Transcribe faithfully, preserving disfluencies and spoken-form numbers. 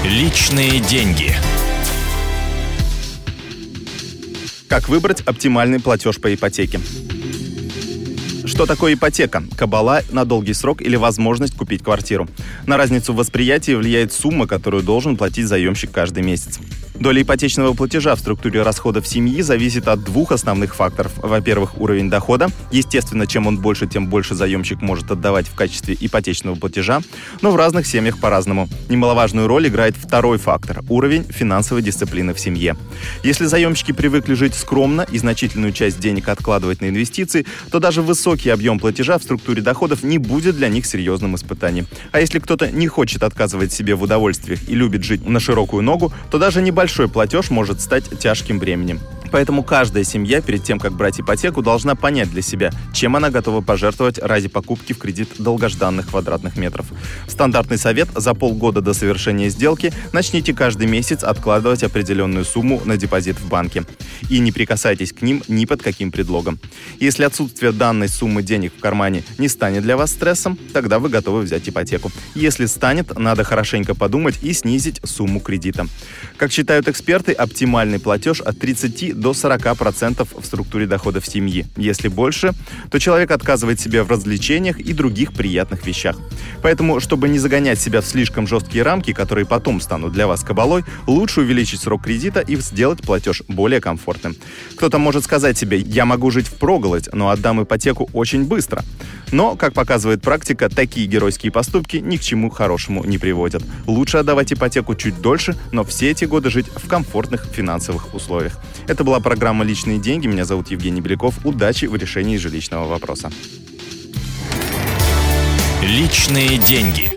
Личные деньги. Как выбрать оптимальный платеж по ипотеке? Что такое ипотека? Кабала на долгий срок или возможность купить квартиру? На разницу в восприятии влияет сумма, которую должен платить заемщик каждый месяц. Доля ипотечного платежа в структуре расходов семьи зависит от двух основных факторов. Во-первых, уровень дохода. Естественно, чем он больше, тем больше заемщик может отдавать в качестве ипотечного платежа. Но в разных семьях по-разному. Немаловажную роль играет второй фактор – уровень финансовой дисциплины в семье. Если заемщики привыкли жить скромно и значительную часть денег откладывать на инвестиции, то даже высокий объем платежа в структуре доходов не будет для них серьезным испытанием. А если кто-то не хочет отказывать себе в удовольствиях и любит жить на широкую ногу, то даже небольшой Большой платеж может стать тяжким бременем. Поэтому каждая семья перед тем, как брать ипотеку, должна понять для себя, чем она готова пожертвовать ради покупки в кредит долгожданных квадратных метров. Стандартный совет: за полгода до совершения сделки начните каждый месяц откладывать определенную сумму на депозит в банке. И не прикасайтесь к ним ни под каким предлогом. Если отсутствие данной суммы денег в кармане не станет для вас стрессом, тогда вы готовы взять ипотеку. Если станет, надо хорошенько подумать и снизить сумму кредита. Как считают эксперты, оптимальный платеж от тридцати до сорока процентов в структуре доходов семьи. Если больше, то человек отказывает себе в развлечениях и других приятных вещах. Поэтому, чтобы не загонять себя в слишком жесткие рамки, которые потом станут для вас кабалой, лучше увеличить срок кредита и сделать платеж более комфортным. Кто-то может сказать себе: я могу жить впроголодь, но отдам ипотеку очень быстро. Но, как показывает практика, такие геройские поступки ни к чему хорошему не приводят. Лучше отдавать ипотеку чуть дольше, но все эти годы жить в комфортных финансовых условиях. Это была программа «Личные деньги». Меня зовут Евгений Беляков. Удачи в решении жилищного вопроса. Личные деньги.